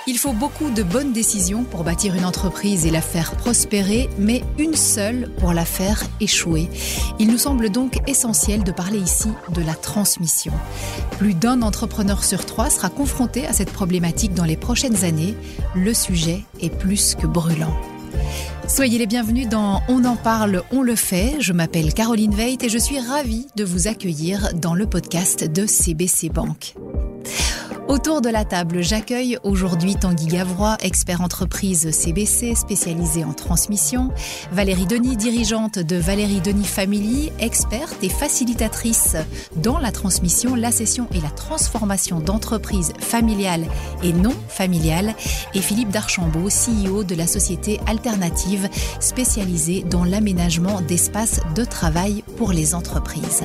Il faut beaucoup de bonnes décisions pour bâtir une entreprise et la faire prospérer, mais une seule pour la faire échouer. Il nous semble donc essentiel de parler ici de la transmission. Plus d'un entrepreneur sur 3 sera confronté à cette problématique dans les prochaines années. Le sujet est plus que brûlant. Soyez les bienvenus dans On en parle, on le fait. Je m'appelle Caroline Veit et je suis ravie de vous accueillir dans le podcast de CBC Bank. Autour de la table, j'accueille aujourd'hui Tanguy Gavrois, expert entreprise CBC spécialisé en transmission, Valérie Denis, dirigeante de Valérie Denis Family, experte et facilitatrice dans la transmission, la cession et la transformation d'entreprises familiales et non familiales, et Philippe Darchambault, CEO de la société alternative spécialisée dans l'aménagement d'espaces de travail pour les entreprises.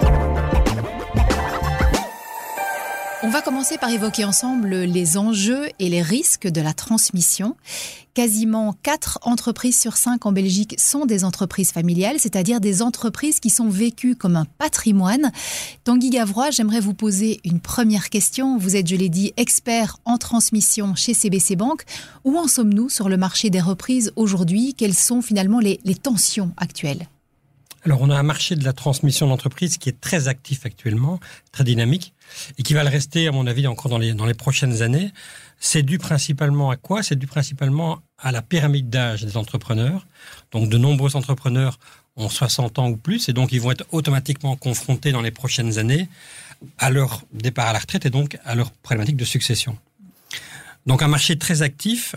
On va commencer par évoquer ensemble les enjeux et les risques de la transmission. Quasiment 4 entreprises sur 5 en Belgique sont des entreprises familiales, c'est-à-dire des entreprises qui sont vécues comme un patrimoine. Tanguy Gavrois, j'aimerais vous poser une première question. Vous êtes, je l'ai dit, expert en transmission chez CBC Bank. Où en sommes-nous sur le marché des reprises aujourd'hui ? Quelles sont finalement les tensions actuelles ? Alors, on a un marché de la transmission d'entreprise qui est très actif actuellement, très dynamique, et qui va le rester, à mon avis, encore dans les prochaines années. C'est dû principalement à quoi ? C'est dû principalement à la pyramide d'âge des entrepreneurs. Donc, de nombreux entrepreneurs ont 60 ans ou plus, et donc ils vont être automatiquement confrontés dans les prochaines années à leur départ à la retraite et donc à leur problématique de succession. Donc, un marché très actif.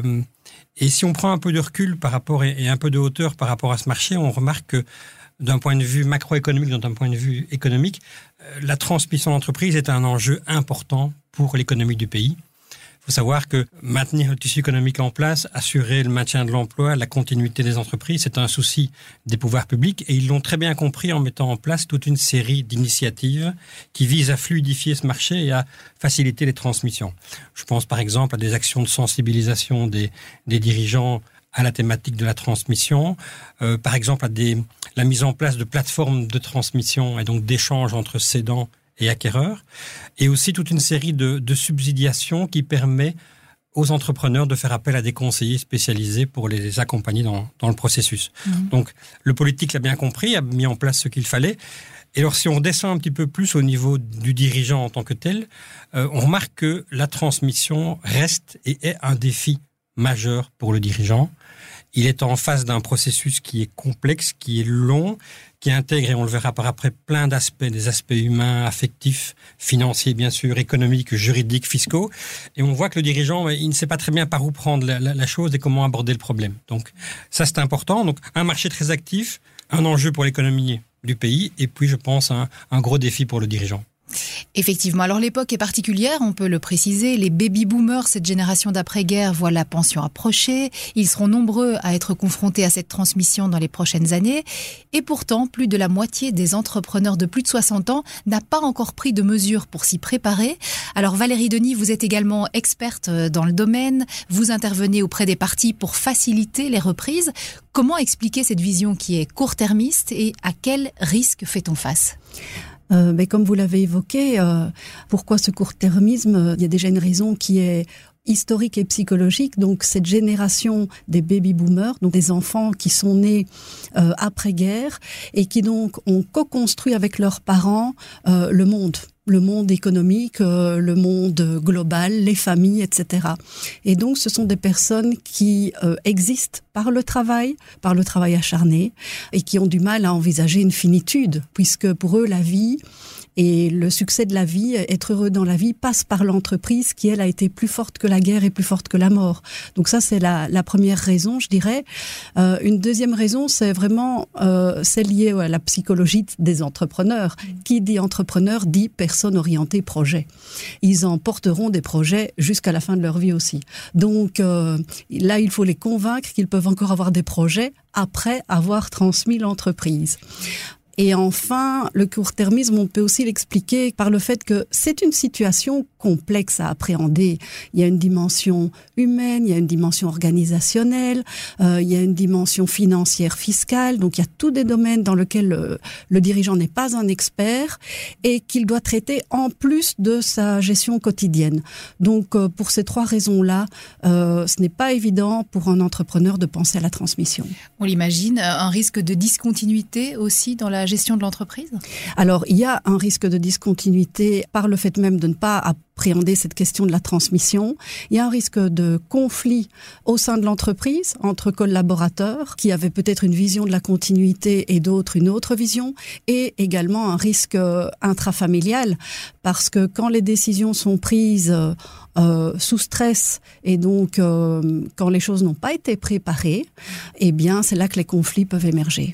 Et si on prend un peu de recul par rapport et un peu de hauteur par rapport à ce marché, on remarque que d'un point de vue macroéconomique, d'un point de vue économique, la transmission d'entreprise est un enjeu important pour l'économie du pays. Il faut savoir que maintenir le tissu économique en place, assurer le maintien de l'emploi, la continuité des entreprises, c'est un souci des pouvoirs publics et ils l'ont très bien compris en mettant en place toute une série d'initiatives qui visent à fluidifier ce marché et à faciliter les transmissions. Je pense par exemple à des actions de sensibilisation des dirigeants à la thématique de la transmission, par exemple à la mise en place de plateformes de transmission et donc d'échanges entre cédants et acquéreurs, et aussi toute une série de subsidiations qui permet aux entrepreneurs de faire appel à des conseillers spécialisés pour les accompagner dans le processus. Donc, le politique l'a bien compris, a mis en place ce qu'il fallait. Et alors, si on redescend un petit peu plus au niveau du dirigeant en tant que tel, on remarque que la transmission reste et est un défi majeur pour le dirigeant. Il est en face d'un processus qui est complexe, qui est long, qui intègre, et on le verra par après, plein d'aspects, des aspects humains, affectifs, financiers bien sûr, économiques, juridiques, fiscaux. Et on voit que le dirigeant, il ne sait pas très bien par où prendre la chose et comment aborder le problème. Donc ça, c'est important. Donc un marché très actif, un enjeu pour l'économie du pays, et puis je pense un gros défi pour le dirigeant. Effectivement. Alors l'époque est particulière, on peut le préciser. Les baby-boomers, cette génération d'après-guerre, voient la pension approcher. Ils seront nombreux à être confrontés à cette transmission dans les prochaines années. Et pourtant, plus de la moitié des entrepreneurs de plus de 60 ans n'a pas encore pris de mesures pour s'y préparer. Alors Valérie Denis, vous êtes également experte dans le domaine. Vous intervenez auprès des parties pour faciliter les reprises. Comment expliquer cette vision qui est court-termiste et à quel risque fait-on face ? Mais comme vous l'avez évoqué, pourquoi ce court-termisme ? Il y a déjà une raison qui est historique et psychologique. Donc cette génération des baby-boomers, donc des enfants qui sont nés après-guerre et qui donc ont co-construit avec leurs parents le monde économique, le monde global, les familles, etc. Et donc, ce sont des personnes qui existent par le travail acharné, et qui ont du mal à envisager une finitude, puisque pour eux, la vie et le succès de la vie, être heureux dans la vie, passe par l'entreprise qui, elle, a été plus forte que la guerre et plus forte que la mort. Donc ça, c'est la première raison, je dirais. Une deuxième raison, c'est vraiment c'est lié à la psychologie des entrepreneurs. Qui dit entrepreneur dit personne orientée projet. Ils en porteront des projets jusqu'à la fin de leur vie aussi. Donc là, il faut les convaincre qu'ils peuvent encore avoir des projets après avoir transmis l'entreprise. Et enfin, le court-termisme, on peut aussi l'expliquer par le fait que c'est une situation complexe à appréhender. Il y a une dimension humaine, il y a une dimension organisationnelle, il y a une dimension financière, fiscale. Donc il y a tous des domaines dans lesquels le dirigeant n'est pas un expert et qu'il doit traiter en plus de sa gestion quotidienne. Donc pour ces 3 raisons-là, ce n'est pas évident pour un entrepreneur de penser à la transmission. On l'imagine, un risque de discontinuité aussi dans la gestion de l'entreprise ? Alors, il y a un risque de discontinuité par le fait même de ne pas appréhender cette question de la transmission. Il y a un risque de conflit au sein de l'entreprise entre collaborateurs qui avaient peut-être une vision de la continuité et d'autres une autre vision, et également un risque intrafamilial parce que quand les décisions sont prises sous stress et donc quand les choses n'ont pas été préparées, eh bien c'est là que les conflits peuvent émerger.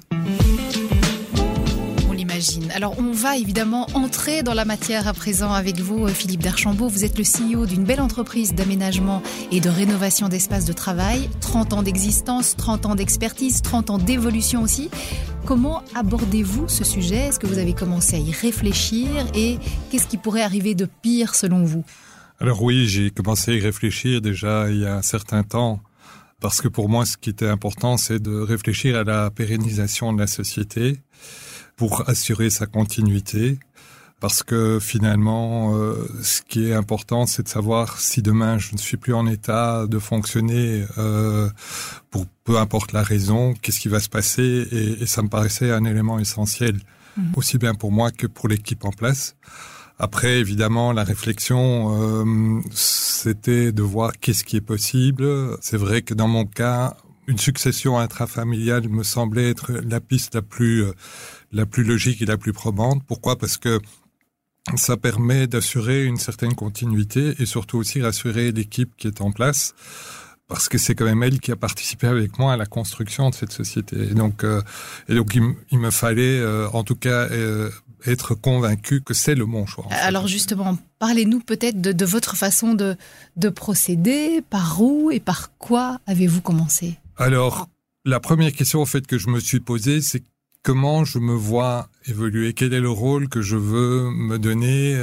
Alors, on va évidemment entrer dans la matière à présent avec vous, Philippe d'Archambault. Vous êtes le CEO d'une belle entreprise d'aménagement et de rénovation d'espaces de travail. 30 ans d'existence, 30 ans d'expertise, 30 ans d'évolution aussi. Comment abordez-vous ce sujet ? Est-ce que vous avez commencé à y réfléchir ? Et qu'est-ce qui pourrait arriver de pire selon vous ? Alors oui, j'ai commencé à y réfléchir déjà il y a un certain temps. Parce que pour moi, ce qui était important, c'est de réfléchir à la pérennisation de la société pour assurer sa continuité, parce que finalement, ce qui est important, c'est de savoir si demain je ne suis plus en état de fonctionner pour peu importe la raison, qu'est-ce qui va se passer, et ça me paraissait un élément essentiel, aussi bien pour moi que pour l'équipe en place. Après, évidemment, la réflexion, c'était de voir qu'est-ce qui est possible. C'est vrai que dans mon cas, une succession intrafamiliale me semblait être la piste la plus logique et la plus probante. Pourquoi ? Parce que ça permet d'assurer une certaine continuité et surtout aussi rassurer l'équipe qui est en place. Parce que c'est quand même elle qui a participé avec moi à la construction de cette société. Et donc il me fallait, en tout cas, être convaincu que c'est le bon choix. Alors justement, parlez-nous peut-être de votre façon de procéder. Par où et par quoi avez-vous commencé ? Alors, la première question en fait que je me suis posée, c'est comment je me vois évoluer, quel est le rôle que je veux me donner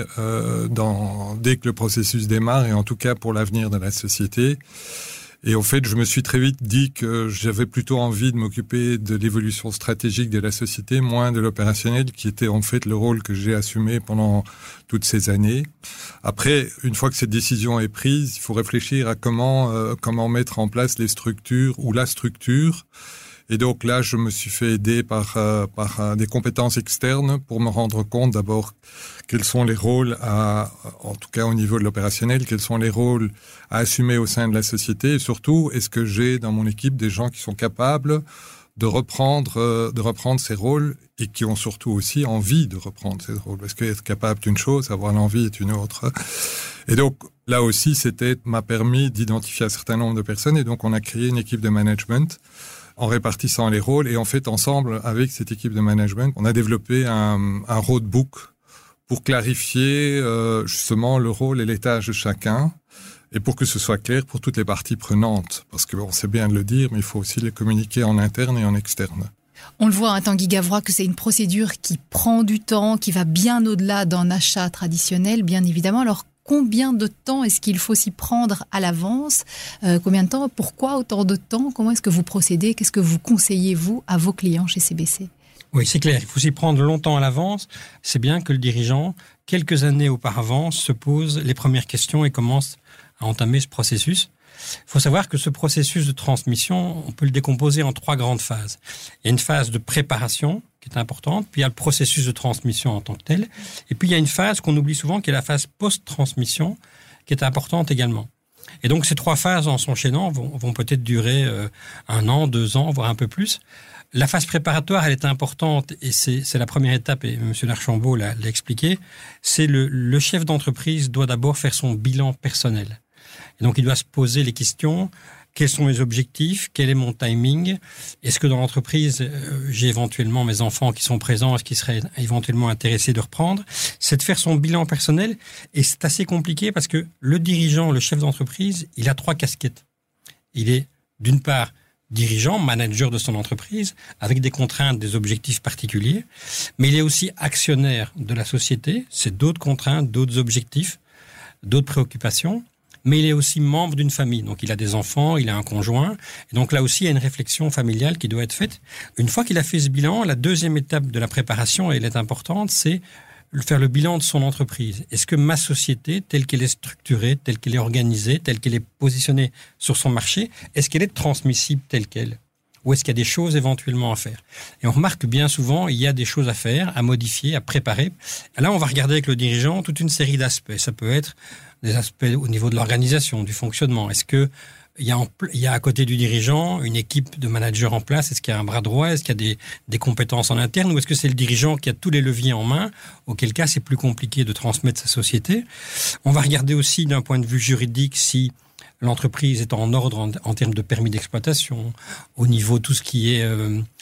dès que le processus démarre, et en tout cas pour l'avenir de la société. Et en fait, je me suis très vite dit que j'avais plutôt envie de m'occuper de l'évolution stratégique de la société, moins de l'opérationnel, qui était en fait le rôle que j'ai assumé pendant toutes ces années. Après, une fois que cette décision est prise, il faut réfléchir à comment mettre en place les structures ou la structure. Et donc là, je me suis fait aider par des compétences externes pour me rendre compte d'abord quels sont les rôles en tout cas au niveau de l'opérationnel, quels sont les rôles à assumer au sein de la société, et surtout, est-ce que j'ai dans mon équipe des gens qui sont capables de reprendre ces rôles et qui ont surtout aussi envie de reprendre ces rôles. Parce qu'être capable d'une chose, avoir l'envie est une autre. Et donc, là aussi, m'a permis d'identifier un certain nombre de personnes, et donc on a créé une équipe de management en répartissant les rôles, et en fait, ensemble, avec cette équipe de management, on a développé un roadbook pour clarifier justement le rôle et les tâches de chacun, et pour que ce soit clair pour toutes les parties prenantes. Parce que bon, c'est bien de le dire, mais il faut aussi les communiquer en interne et en externe. On le voit, Tanguy Gavrois, que c'est une procédure qui prend du temps, qui va bien au-delà d'un achat traditionnel, bien évidemment. Alors, combien de temps est-ce qu'il faut s'y prendre à l'avance ? Combien de temps ? Pourquoi autant de temps ? Comment est-ce que vous procédez ? Qu'est-ce que vous conseillez, vous, à vos clients chez CBC ? Oui, c'est clair. Il faut s'y prendre longtemps à l'avance. C'est bien que le dirigeant, quelques années auparavant, se pose les premières questions et commence à entamer ce processus. Il faut savoir que ce processus de transmission, on peut le décomposer en 3 grandes phases. Il y a une phase de préparation qui est importante, puis il y a le processus de transmission en tant que tel, et puis il y a une phase qu'on oublie souvent qui est la phase post-transmission, qui est importante également. Et donc ces 3 phases en s'enchaînant vont peut-être durer 1 an, 2 ans, voire un peu plus. La phase préparatoire, elle est importante, et c'est la première étape, et M. d'Archambault l'a expliqué, c'est le chef d'entreprise doit d'abord faire son bilan personnel. Et donc il doit se poser les questions, quels sont mes objectifs, quel est mon timing, est-ce que dans l'entreprise, j'ai éventuellement mes enfants qui sont présents, est-ce qu'ils seraient éventuellement intéressés de reprendre. C'est de faire son bilan personnel, et c'est assez compliqué parce que le dirigeant, le chef d'entreprise, il a 3 casquettes. Il est d'une part dirigeant, manager de son entreprise, avec des contraintes, des objectifs particuliers. Mais il est aussi actionnaire de la société. C'est d'autres contraintes, d'autres objectifs, d'autres préoccupations. Mais il est aussi membre d'une famille. Donc, il a des enfants, il a un conjoint. Et donc, là aussi, il y a une réflexion familiale qui doit être faite. Une fois qu'il a fait ce bilan, la deuxième étape de la préparation, et elle est importante, c'est faire le bilan de son entreprise. Est-ce que ma société, telle qu'elle est structurée, telle qu'elle est organisée, telle qu'elle est positionnée sur son marché, est-ce qu'elle est transmissible telle qu'elle ? Ou est-ce qu'il y a des choses éventuellement à faire ? Et on remarque que bien souvent, il y a des choses à faire, à modifier, à préparer. Et là, on va regarder avec le dirigeant toute une série d'aspects. Ça peut être des aspects au niveau de l'organisation, du fonctionnement. Est-ce que il y a à côté du dirigeant une équipe de managers en place? Est-ce qu'il y a un bras droit? Est-ce qu'il y a des compétences en interne? Ou est-ce que c'est le dirigeant qui a tous les leviers en main? Auquel cas, c'est plus compliqué de transmettre sa société. On va regarder aussi d'un point de vue juridique si l'entreprise est en ordre en termes de permis d'exploitation, au niveau de tout ce qui est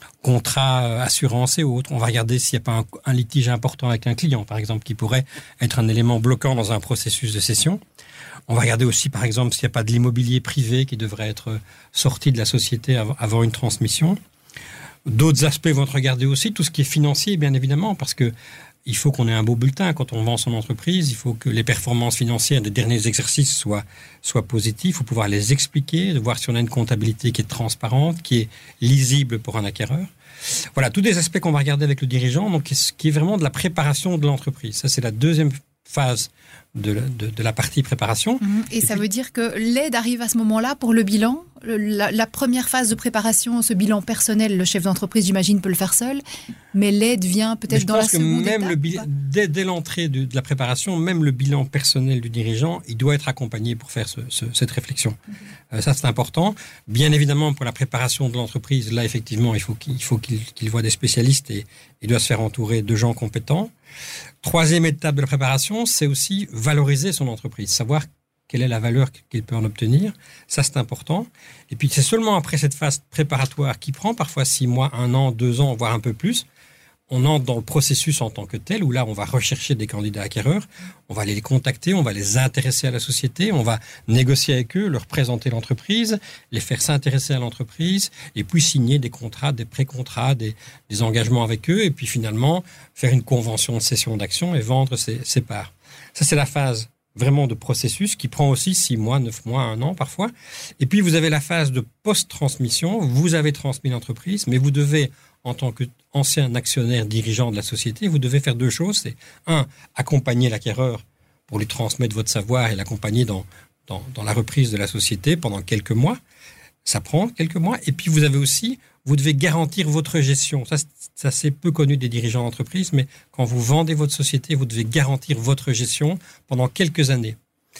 contrat, assurance et autres. On va regarder s'il n'y a pas un litige important avec un client, par exemple, qui pourrait être un élément bloquant dans un processus de cession. On va regarder aussi, par exemple, s'il n'y a pas de l'immobilier privé qui devrait être sorti de la société avant une transmission. D'autres aspects vont être regardés aussi, tout ce qui est financier, bien évidemment, parce que il faut qu'on ait un beau bulletin quand on vend son entreprise. Il faut que les performances financières des derniers exercices soient positives. Il faut pouvoir les expliquer, de voir si on a une comptabilité qui est transparente, qui est lisible pour un acquéreur. Voilà, tous des aspects qu'on va regarder avec le dirigeant, donc qui est vraiment de la préparation de l'entreprise. Ça, c'est la deuxième phase de la partie préparation. Et ça veut dire que l'aide arrive à ce moment-là pour le bilan. La première phase de préparation, ce bilan personnel, le chef d'entreprise, j'imagine, peut le faire seul, mais l'aide vient peut-être dans la seconde étape. Je pense que dès l'entrée de la préparation, même le bilan personnel du dirigeant, il doit être accompagné pour faire cette réflexion. Ça, c'est important. Bien évidemment, pour la préparation de l'entreprise, là, effectivement, il faut qu'il voit des spécialistes et il doit se faire entourer de gens compétents. Troisième étape de la préparation, c'est aussi valoriser son entreprise, savoir quelle est la valeur qu'il peut en obtenir. Ça, c'est important. Et puis, c'est seulement après cette phase préparatoire qui prend parfois 6 mois, 1 an, 2 ans, voire un peu plus, on entre dans le processus en tant que tel, où là, on va rechercher des candidats acquéreurs, on va aller les contacter, on va les intéresser à la société, on va négocier avec eux, leur présenter l'entreprise, les faire s'intéresser à l'entreprise, et puis signer des contrats, des pré-contrats, des engagements avec eux, et puis finalement, faire une convention de cession d'actions et vendre ses parts. Ça, c'est la phase vraiment de processus qui prend aussi 6 mois, 9 mois, 1 an parfois. Et puis, vous avez la phase de post-transmission. Vous avez transmis l'entreprise, mais vous devez, en tant qu'ancien actionnaire dirigeant de la société, vous devez faire 2 choses. C'est 1, accompagner l'acquéreur pour lui transmettre votre savoir et l'accompagner dans la reprise de la société pendant quelques mois. Ça prend quelques mois. Et puis, vous devez garantir votre gestion. Ça, c'est peu connu des dirigeants d'entreprise, mais quand vous vendez votre société, vous devez garantir votre gestion pendant quelques années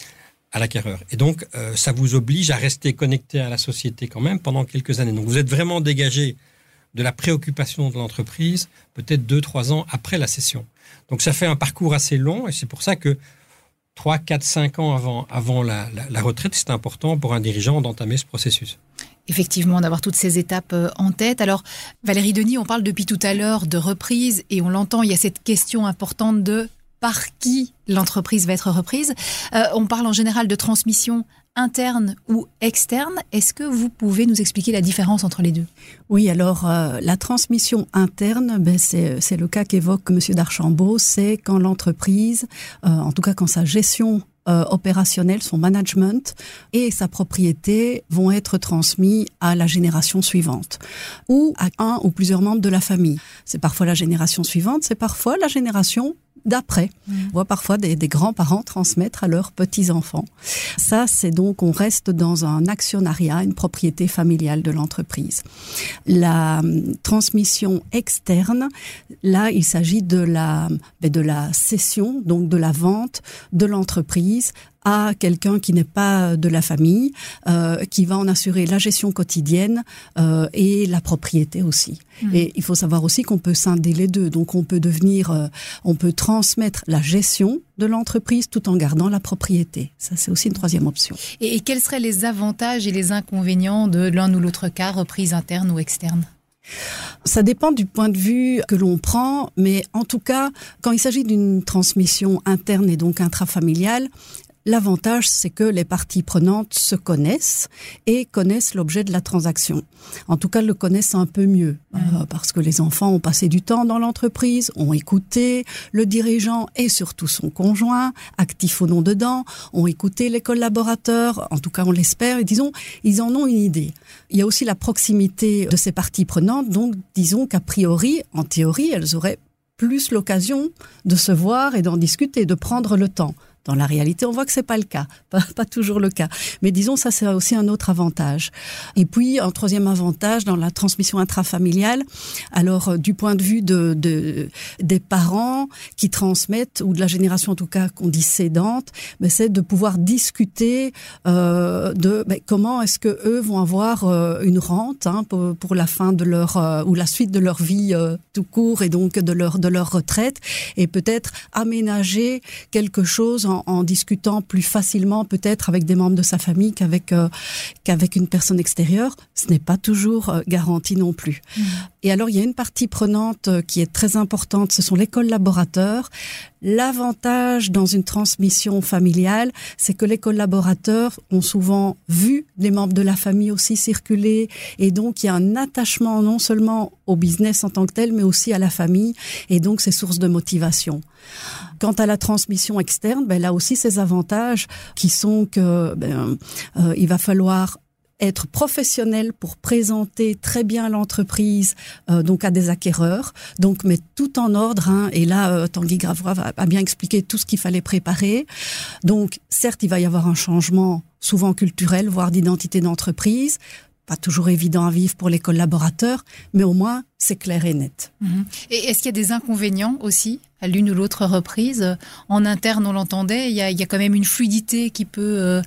à l'acquéreur. Et donc, ça vous oblige à rester connecté à la société quand même pendant quelques années. Donc, vous êtes vraiment dégagé de la préoccupation de l'entreprise peut-être 2-3 ans après la cession. Donc, ça fait un parcours assez long et c'est pour ça que 3, 4, 5 ans avant la retraite, c'est important pour un dirigeant d'entamer ce processus. Effectivement, d'avoir toutes ces étapes en tête. Alors, Valérie Denis, on parle depuis tout à l'heure de reprise et on l'entend, il y a cette question importante de par qui l'entreprise va être reprise. On parle en général de transmission interne ou externe. Est-ce que vous pouvez nous expliquer la différence entre les deux ? Oui, alors la transmission interne, c'est le cas qu'évoque M. d'Archambault, c'est quand l'entreprise, en tout cas quand sa gestion opérationnelle, son management et sa propriété vont être transmis à la génération suivante ou à un ou plusieurs membres de la famille. C'est parfois la génération suivante, c'est parfois la génération d'après. On voit parfois des grands-parents transmettre à leurs petits-enfants. Ça, c'est donc, on reste dans un actionnariat, une propriété familiale de l'entreprise. La transmission externe, là, il s'agit de la cession, donc de la vente de l'entreprise à quelqu'un qui n'est pas de la famille, qui va en assurer la gestion quotidienne et la propriété aussi. Et il faut savoir aussi qu'on peut scinder les deux. Donc on peut transmettre la gestion de l'entreprise tout en gardant la propriété. Ça, c'est aussi une troisième option. Et quels seraient les avantages et les inconvénients de l'un ou l'autre cas, reprise interne ou externe ? Ça dépend du point de vue que l'on prend, mais en tout cas, quand il s'agit d'une transmission interne et donc intrafamiliale, l'avantage, c'est que les parties prenantes se connaissent et connaissent l'objet de la transaction. En tout cas, le connaissent un peu mieux, parce que les enfants ont passé du temps dans l'entreprise, ont écouté le dirigeant et surtout son conjoint, actif ou non dedans, ont écouté les collaborateurs, en tout cas on l'espère, et disons, ils en ont une idée. Il y a aussi la proximité de ces parties prenantes, donc disons qu'a priori, en théorie, elles auraient plus l'occasion de se voir et d'en discuter, de prendre le temps. Dans la réalité, on voit que c'est pas le cas, pas toujours le cas. Mais disons, ça c'est aussi un autre avantage. Et puis, un troisième avantage dans la transmission intrafamiliale, alors du point de vue des parents qui transmettent, ou de la génération en tout cas qu'on dit cédante, c'est de pouvoir discuter de comment est-ce que eux vont avoir une rente pour la fin de leur ou la suite de leur vie tout court, et donc de leur retraite, et peut-être aménager quelque chose en discutant plus facilement peut-être avec des membres de sa famille qu'avec une personne extérieure. Ce n'est pas toujours garanti non plus. Et alors, il y a une partie prenante qui est très importante, ce sont les collaborateurs. L'avantage dans une transmission familiale, c'est que les collaborateurs ont souvent vu les membres de la famille aussi circuler, et donc il y a un attachement non seulement au business en tant que tel, mais aussi à la famille, et donc c'est source de motivation. Quant à la transmission externe, là aussi ces avantages qui sont que il va falloir être professionnel pour présenter très bien l'entreprise donc à des acquéreurs, donc mais tout en ordre, et là Tanguy Gravois a bien expliqué tout ce qu'il fallait préparer. Donc certes, il va y avoir un changement souvent culturel, voire d'identité d'entreprise, pas toujours évident à vivre pour les collaborateurs, mais au moins c'est clair et net. Et est-ce qu'il y a des inconvénients aussi à l'une ou l'autre reprise? En interne, on l'entendait, il y a quand même une fluidité qui peut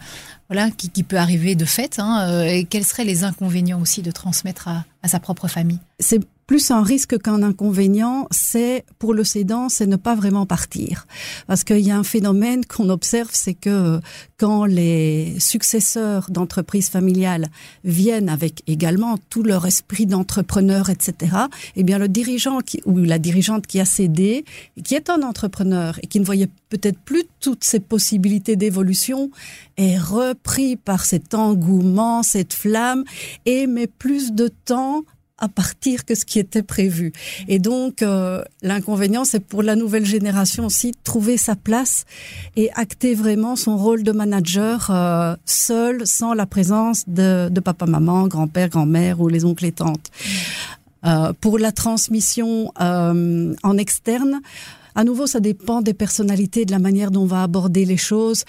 qui peut arriver de fait. Et quels seraient les inconvénients aussi de transmettre à sa propre famille? C'est plus un risque qu'un inconvénient, c'est pour le cédant, c'est ne pas vraiment partir. Parce qu'il y a un phénomène qu'on observe, c'est que quand les successeurs d'entreprises familiales viennent avec également tout leur esprit d'entrepreneur, etc., eh bien le dirigeant ou la dirigeante qui a cédé, qui est un entrepreneur et qui ne voyait peut-être plus toutes ces possibilités d'évolution, est repris par cet engouement, cette flamme, et met plus de temps à partir que ce qui était prévu. Et donc, l'inconvénient, c'est pour la nouvelle génération aussi de trouver sa place et acter vraiment son rôle de manager seul, sans la présence de papa, maman, grand-père, grand-mère ou les oncles et tantes. Pour la transmission en externe, à nouveau, ça dépend des personnalités, de la manière dont on va aborder les choses.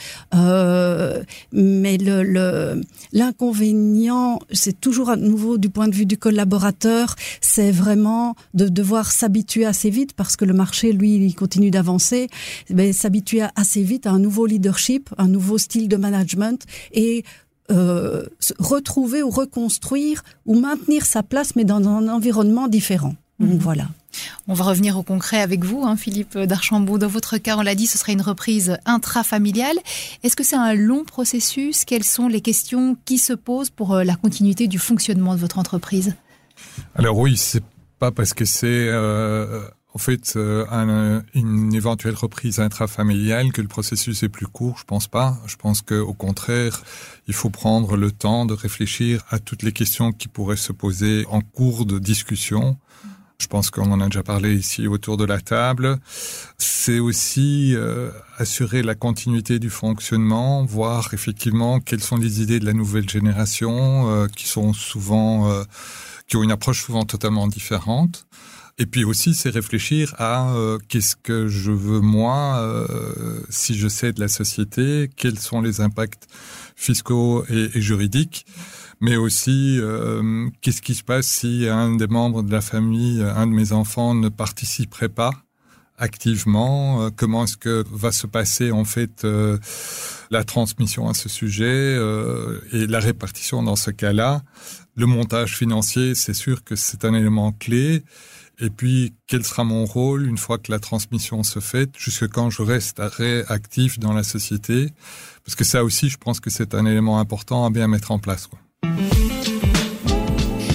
Mais l'inconvénient, c'est toujours à nouveau du point de vue du collaborateur, c'est vraiment de devoir s'habituer assez vite, parce que le marché, lui, il continue d'avancer. S'habituer assez vite à un nouveau leadership, un nouveau style de management, et retrouver ou reconstruire ou maintenir sa place, mais dans un environnement différent. Donc voilà. On va revenir au concret avec vous, Philippe d'Archambault. Dans votre cas, on l'a dit, ce serait une reprise intrafamiliale. Est-ce que c'est un long processus? Quelles sont les questions qui se posent pour la continuité du fonctionnement de votre entreprise? Alors oui, c'est pas parce que c'est une éventuelle reprise intrafamiliale que le processus est plus court, je pense pas. Je pense qu'au contraire, il faut prendre le temps de réfléchir à toutes les questions qui pourraient se poser en cours de discussion. Je pense qu'on en a déjà parlé ici autour de la table. C'est aussi assurer la continuité du fonctionnement, voir effectivement quelles sont les idées de la nouvelle génération qui sont souvent, qui ont une approche souvent totalement différente. Et puis aussi, c'est réfléchir à qu'est-ce que je veux moi si je cède la société, quels sont les impacts fiscaux et juridiques. Mais aussi, qu'est-ce qui se passe si un des membres de la famille, un de mes enfants, ne participerait pas activement? Comment est-ce que va se passer en fait la transmission à ce sujet et la répartition dans ce cas-là? Le montage financier, c'est sûr que c'est un élément clé. Et puis, quel sera mon rôle une fois que la transmission se fait, jusque quand je resterai actif dans la société? Parce que ça aussi, je pense que c'est un élément important à bien mettre en place, quoi. Alors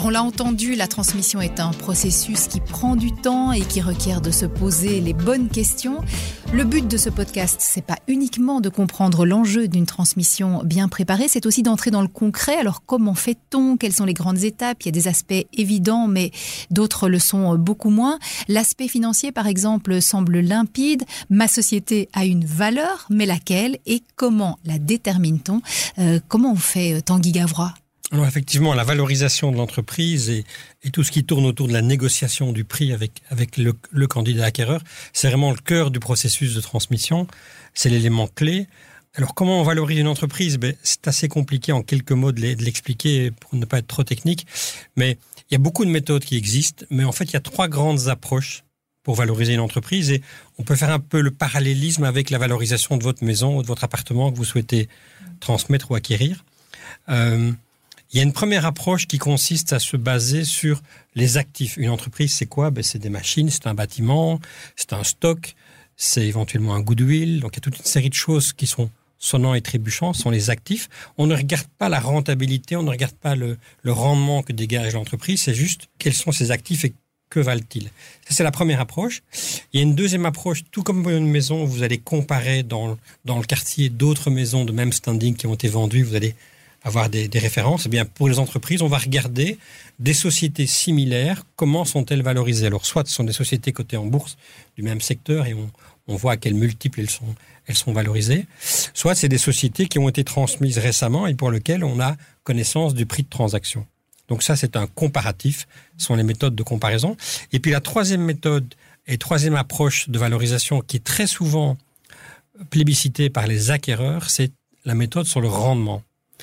Alors on l'a entendu, la transmission est un processus qui prend du temps et qui requiert de se poser les bonnes questions. Le but de ce podcast, c'est pas uniquement de comprendre l'enjeu d'une transmission bien préparée, c'est aussi d'entrer dans le concret. Alors comment fait-on ? Quelles sont les grandes étapes ? Il y a des aspects évidents, mais d'autres le sont beaucoup moins. L'aspect financier, par exemple, semble limpide. Ma société a une valeur, mais laquelle et comment la détermine-t-on ? Comment on fait, Tanguy Gavrois ? Alors effectivement, la valorisation de l'entreprise et tout ce qui tourne autour de la négociation du prix avec le candidat acquéreur, c'est vraiment le cœur du processus de transmission. C'est l'élément clé. Alors comment on valorise une entreprise ? C'est assez compliqué en quelques mots de l'expliquer pour ne pas être trop technique. Mais il y a beaucoup de méthodes qui existent. Mais en fait, il y a 3 grandes approches pour valoriser une entreprise. Et on peut faire un peu le parallélisme avec la valorisation de votre maison ou de votre appartement que vous souhaitez transmettre ou acquérir. Il y a une première approche qui consiste à se baser sur les actifs. Une entreprise, c'est quoi ? C'est des machines, c'est un bâtiment, c'est un stock, c'est éventuellement un goodwill. Donc, il y a toute une série de choses qui sont sonnants et trébuchants, ce sont les actifs. On ne regarde pas la rentabilité, on ne regarde pas le rendement que dégage l'entreprise, c'est juste quels sont ses actifs et que valent-ils. Ça, c'est la première approche. Il y a une deuxième approche, tout comme pour une maison, vous allez comparer dans le quartier d'autres maisons de même standing qui ont été vendues, vous allez avoir des références. Eh bien, pour les entreprises, on va regarder des sociétés similaires, comment sont-elles valorisées. Alors, soit ce sont des sociétés cotées en bourse du même secteur et on voit à quels multiples elles sont valorisées, soit c'est des sociétés qui ont été transmises récemment et pour lesquelles on a connaissance du prix de transaction. Donc ça, c'est un comparatif, ce sont les méthodes de comparaison. Et puis la troisième méthode et troisième approche de valorisation qui est très souvent plébiscitée par les acquéreurs, c'est la méthode sur le rendement.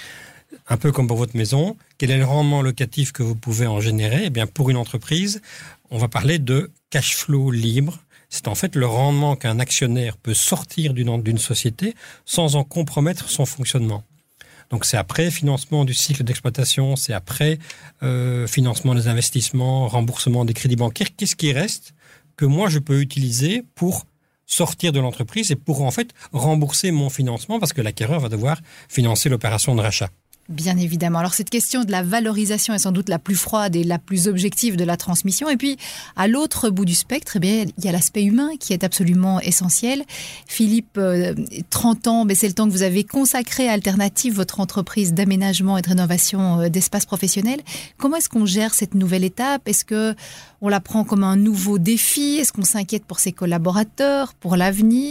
Un peu comme pour votre maison, quel est le rendement locatif que vous pouvez en générer ? Eh bien, pour une entreprise, on va parler de cash flow libre. C'est en fait le rendement qu'un actionnaire peut sortir d'une société sans en compromettre son fonctionnement. Donc c'est après financement du cycle d'exploitation, c'est après financement des investissements, remboursement des crédits bancaires. Qu'est-ce qui reste que moi je peux utiliser pour sortir de l'entreprise et pour en fait rembourser mon financement parce que l'acquéreur va devoir financer l'opération de rachat. Bien évidemment. Alors cette question de la valorisation est sans doute la plus froide et la plus objective de la transmission. Et puis, à l'autre bout du spectre, eh bien, il y a l'aspect humain qui est absolument essentiel. Philippe, 30 ans, mais c'est le temps que vous avez consacré à Alternative, votre entreprise d'aménagement et de rénovation d'espaces professionnels. Comment est-ce qu'on gère cette nouvelle étape ? Est-ce que on la prend comme un nouveau défi ? Est-ce qu'on s'inquiète pour ses collaborateurs, pour l'avenir ?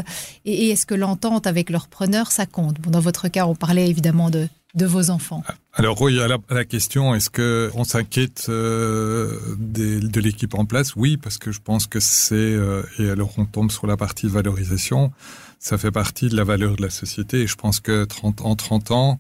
Et est-ce que l'entente avec leur preneur, ça compte ? Bon, dans votre cas, on parlait évidemment de vos enfants. Alors oui, à la question, est-ce que on s'inquiète de l'équipe en place ? Oui, parce que je pense que c'est, et alors on tombe sur la partie valorisation, ça fait partie de la valeur de la société. Et je pense que en 30 ans,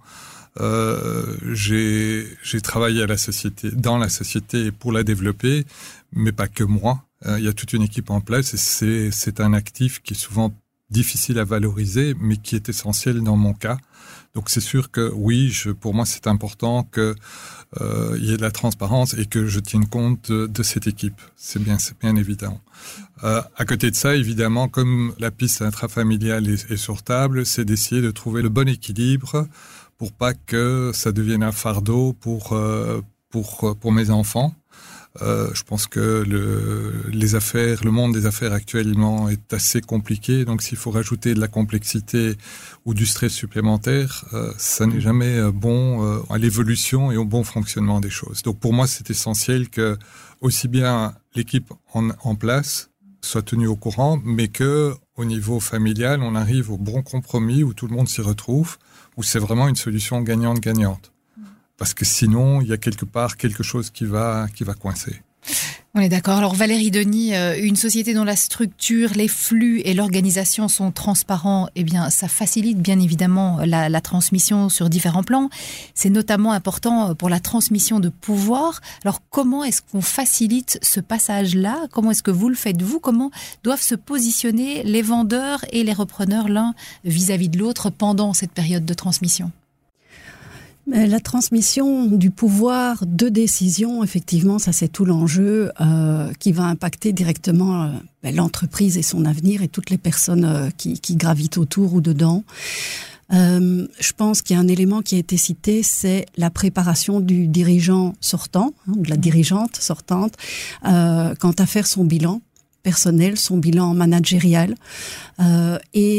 j'ai travaillé dans la société pour la développer, mais pas que moi. Il y a toute une équipe en place et c'est un actif qui est souvent difficile à valoriser, mais qui est essentiel dans mon cas. Donc c'est sûr que oui, pour moi c'est important que il y ait de la transparence et que je tienne compte de cette équipe. C'est bien évident. À côté de ça, évidemment, comme la piste intrafamiliale est sur table, c'est d'essayer de trouver le bon équilibre pour pas que ça devienne un fardeau pour mes enfants. Je pense que le monde des affaires actuellement est assez compliqué. Donc, s'il faut rajouter de la complexité ou du stress supplémentaire, ça n'est jamais bon à l'évolution et au bon fonctionnement des choses. Donc, pour moi, c'est essentiel que aussi bien l'équipe en place soit tenue au courant, mais que au niveau familial, on arrive au bon compromis où tout le monde s'y retrouve, où c'est vraiment une solution gagnante-gagnante. Parce que sinon, il y a quelque part quelque chose qui va coincer. On est d'accord. Alors Valérie Denis, une société dont la structure, les flux et l'organisation sont transparents, eh bien, ça facilite bien évidemment la transmission sur différents plans. C'est notamment important pour la transmission de pouvoir. Alors comment est-ce qu'on facilite ce passage-là ? Comment est-ce que vous le faites, vous ? Comment doivent se positionner les vendeurs et les repreneurs l'un vis-à-vis de l'autre pendant cette période de transmission ? La transmission du pouvoir de décision, effectivement, ça c'est tout l'enjeu qui va impacter directement l'entreprise et son avenir et toutes les personnes qui gravitent autour ou dedans. Je pense qu'il y a un élément qui a été cité, c'est la préparation du dirigeant sortant, de la dirigeante sortante, quant à faire son bilan personnel, son bilan managérial. Comme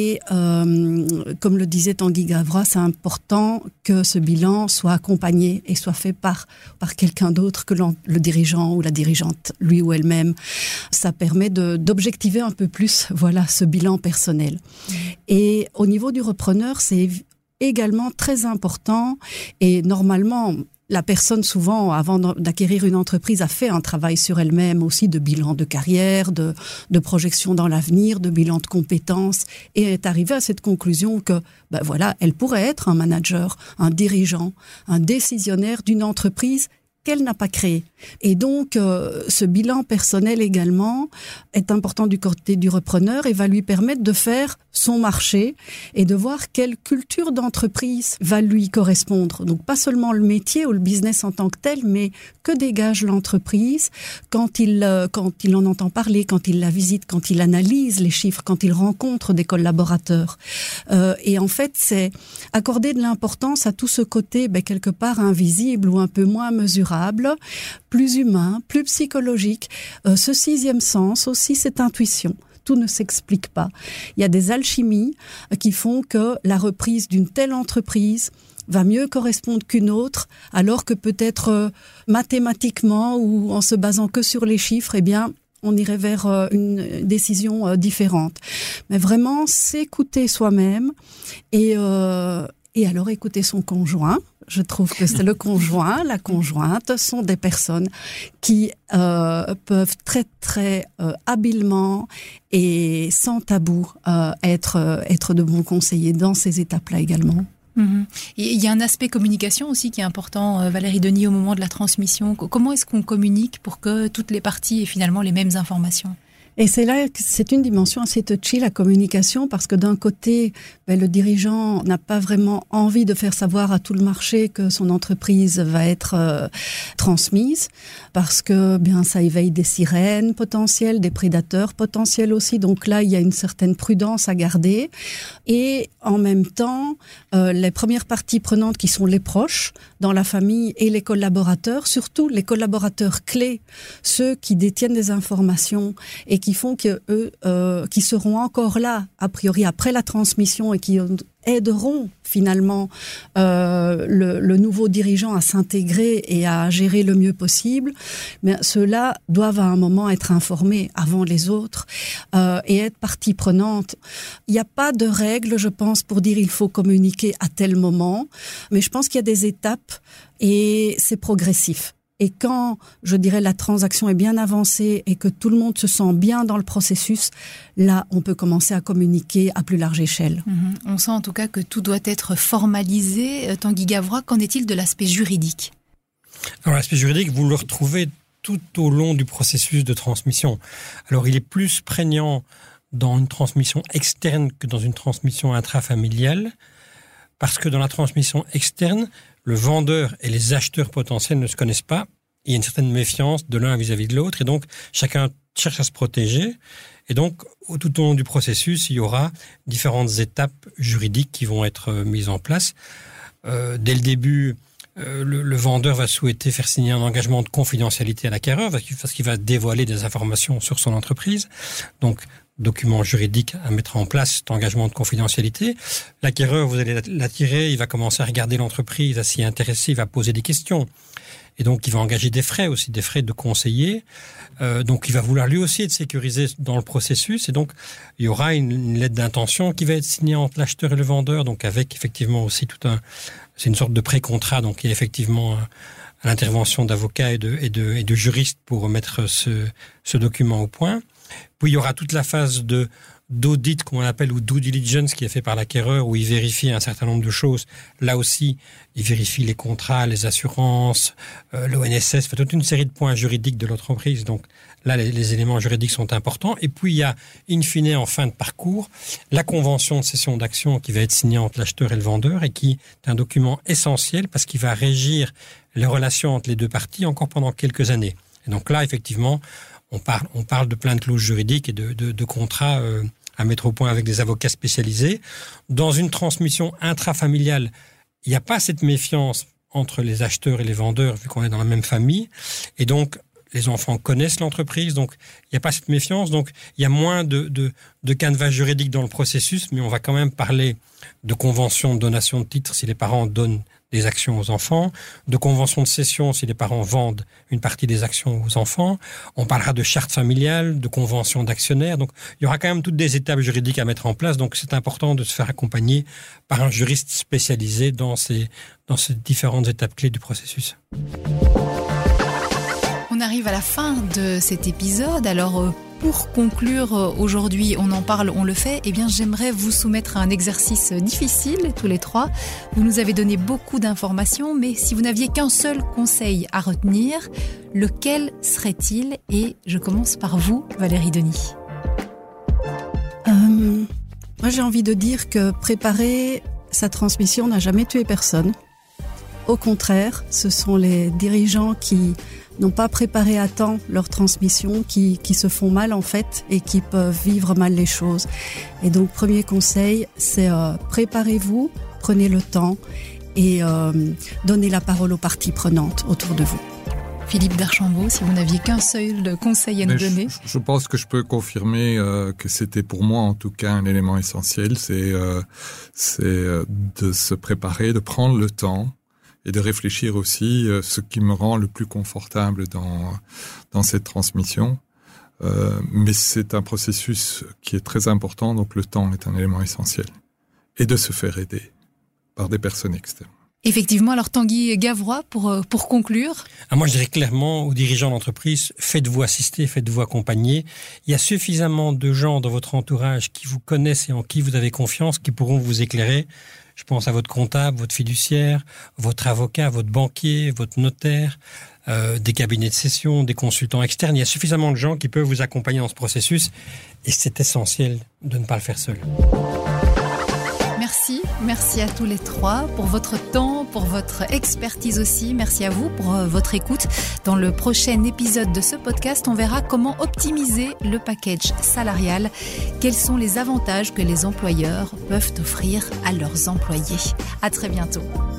le disait Tanguy Gavrois, c'est important que ce bilan soit accompagné et soit fait par quelqu'un d'autre que le dirigeant ou la dirigeante, lui ou elle-même. Ça permet d'objectiver un peu plus, ce bilan personnel. Et au niveau du repreneur, c'est également très important et normalement, la personne, souvent, avant d'acquérir une entreprise, a fait un travail sur elle-même aussi de bilan de carrière, de projection dans l'avenir, de bilan de compétences, et est arrivée à cette conclusion que, elle pourrait être un manager, un dirigeant, un décisionnaire d'une entreprise qu'elle n'a pas créée. Et donc, ce bilan personnel également est important du côté du repreneur et va lui permettre de faire son marché et de voir quelle culture d'entreprise va lui correspondre. Donc, pas seulement le métier ou le business en tant que tel, mais que dégage l'entreprise quand il en entend parler, quand il la visite, quand il analyse les chiffres, quand il rencontre des collaborateurs. Et en fait, c'est accorder de l'importance à tout ce côté, quelque part invisible ou un peu moins mesurable, plus humain, plus psychologique. Ce sixième sens aussi, cette intuition. Tout ne s'explique pas. Il y a des alchimies qui font que la reprise d'une telle entreprise va mieux correspondre qu'une autre, alors que peut-être mathématiquement ou en se basant que sur les chiffres, on irait vers une décision différente. Mais vraiment, s'écouter soi-même et alors écouter son conjoint. Je trouve que c'est le conjoint, la conjointe sont des personnes qui peuvent très très habilement et sans tabou être de bons conseillers dans ces étapes-là également. Il y a un aspect communication aussi qui est important, Valérie Denis, au moment de la transmission. Comment est-ce qu'on communique pour que toutes les parties aient finalement les mêmes informations ? Et c'est là que c'est une dimension assez touchy, la communication, parce que d'un côté, le dirigeant n'a pas vraiment envie de faire savoir à tout le marché que son entreprise va être transmise, parce que ça éveille des sirènes potentielles, des prédateurs potentiels aussi. Donc là, il y a une certaine prudence à garder. Et en même temps, les premières parties prenantes qui sont les proches dans la famille et les collaborateurs, surtout les collaborateurs clés, ceux qui détiennent des informations et qui font que eux, qui seront encore là, a priori, après la transmission et qui aideront finalement le nouveau dirigeant à s'intégrer et à gérer le mieux possible, mais ceux-là doivent à un moment être informés avant les autres et être partie prenante. Il n'y a pas de règle, je pense, pour dire il faut communiquer à tel moment, mais je pense qu'il y a des étapes et c'est progressif. Et quand, je dirais, la transaction est bien avancée et que tout le monde se sent bien dans le processus, là, on peut commencer à communiquer à plus large échelle. On sent en tout cas que tout doit être formalisé. Tanguy Gavrois, qu'en est-il de l'aspect juridique ? Alors, l'aspect juridique, vous le retrouvez tout au long du processus de transmission. Alors, il est plus prégnant dans une transmission externe que dans une transmission intrafamiliale, parce que dans la transmission externe, le vendeur et les acheteurs potentiels ne se connaissent pas. Il y a une certaine méfiance de l'un vis-à-vis de l'autre et donc chacun cherche à se protéger. Et donc, tout au long du processus, il y aura différentes étapes juridiques qui vont être mises en place. Dès le début, le vendeur va souhaiter faire signer un engagement de confidentialité à l'acquéreur parce qu'il va dévoiler des informations sur son entreprise. Donc, document juridique à mettre en place, cet engagement de confidentialité. L'acquéreur, vous allez l'attirer, il va commencer à regarder l'entreprise, à s'y intéresser, il va poser des questions. Et donc, il va engager des frais aussi, des frais de conseiller. Donc, il va vouloir lui aussi être sécurisé dans le processus. Et donc, il y aura une lettre d'intention qui va être signée entre l'acheteur et le vendeur. Donc, avec effectivement aussi c'est une sorte de pré-contrat. Donc, il y a effectivement à l'intervention d'avocats et de juristes pour mettre ce document au point. Puis il y aura toute la phase d'audit, qu'on appelle, ou due diligence, qui est fait par l'acquéreur, où il vérifie un certain nombre de choses. Là aussi, il vérifie les contrats, les assurances, l'ONSS, fait toute une série de points juridiques de l'entreprise. Donc là, les éléments juridiques sont importants. Et puis il y a, in fine, en fin de parcours, la convention de cession d'actions qui va être signée entre l'acheteur et le vendeur et qui est un document essentiel parce qu'il va régir les relations entre les deux parties encore pendant quelques années. Et donc là, effectivement, on parle de plein de clauses juridiques et de contrats à mettre au point avec des avocats spécialisés. Dans une transmission intrafamiliale, il n'y a pas cette méfiance entre les acheteurs et les vendeurs, vu qu'on est dans la même famille. Et donc, les enfants connaissent l'entreprise, donc il n'y a pas cette méfiance. Donc, il y a moins de canevas juridiques dans le processus, mais on va quand même parler de convention de donation de titres si les parents donnent des actions aux enfants, de convention de cession si les parents vendent une partie des actions aux enfants. On parlera de charte familiale, de convention d'actionnaires. Donc, il y aura quand même toutes des étapes juridiques à mettre en place. Donc, c'est important de se faire accompagner par un juriste spécialisé dans ces différentes étapes clés du processus. On arrive à la fin de cet épisode. Alors, pour conclure aujourd'hui, on en parle, on le fait. Eh bien, j'aimerais vous soumettre à un exercice difficile, tous les trois. Vous nous avez donné beaucoup d'informations, mais si vous n'aviez qu'un seul conseil à retenir, lequel serait-il? Et je commence par vous, Valérie Denis. Moi, j'ai envie de dire que préparer sa transmission n'a jamais tué personne. Au contraire, ce sont les dirigeants qui n'ont pas préparé à temps leur transmission, qui se font mal en fait et qui peuvent vivre mal les choses. Et donc, premier conseil, c'est préparez-vous, prenez le temps et donnez la parole aux parties prenantes autour de vous. Philippe d'Archambault, si vous n'aviez qu'un seul conseil à nous donner. Je pense que je peux confirmer que c'était pour moi en tout cas un élément essentiel, c'est de se préparer, de prendre le temps et de réfléchir aussi ce qui me rend le plus confortable dans cette transmission. Mais c'est un processus qui est très important, donc le temps est un élément essentiel. Et de se faire aider par des personnes externes. Effectivement, alors Tanguy Gavrois, pour conclure. Moi, je dirais clairement aux dirigeants d'entreprise, faites-vous assister, faites-vous accompagner. Il y a suffisamment de gens dans votre entourage qui vous connaissent et en qui vous avez confiance, qui pourront vous éclairer. Je pense à votre comptable, votre fiduciaire, votre avocat, votre banquier, votre notaire, des cabinets de cession, des consultants externes. Il y a suffisamment de gens qui peuvent vous accompagner dans ce processus et c'est essentiel de ne pas le faire seul. Merci à tous les trois pour votre temps, pour votre expertise aussi. Merci à vous pour votre écoute. Dans le prochain épisode de ce podcast, on verra comment optimiser le package salarial. Quels sont les avantages que les employeurs peuvent offrir à leurs employés. À très bientôt.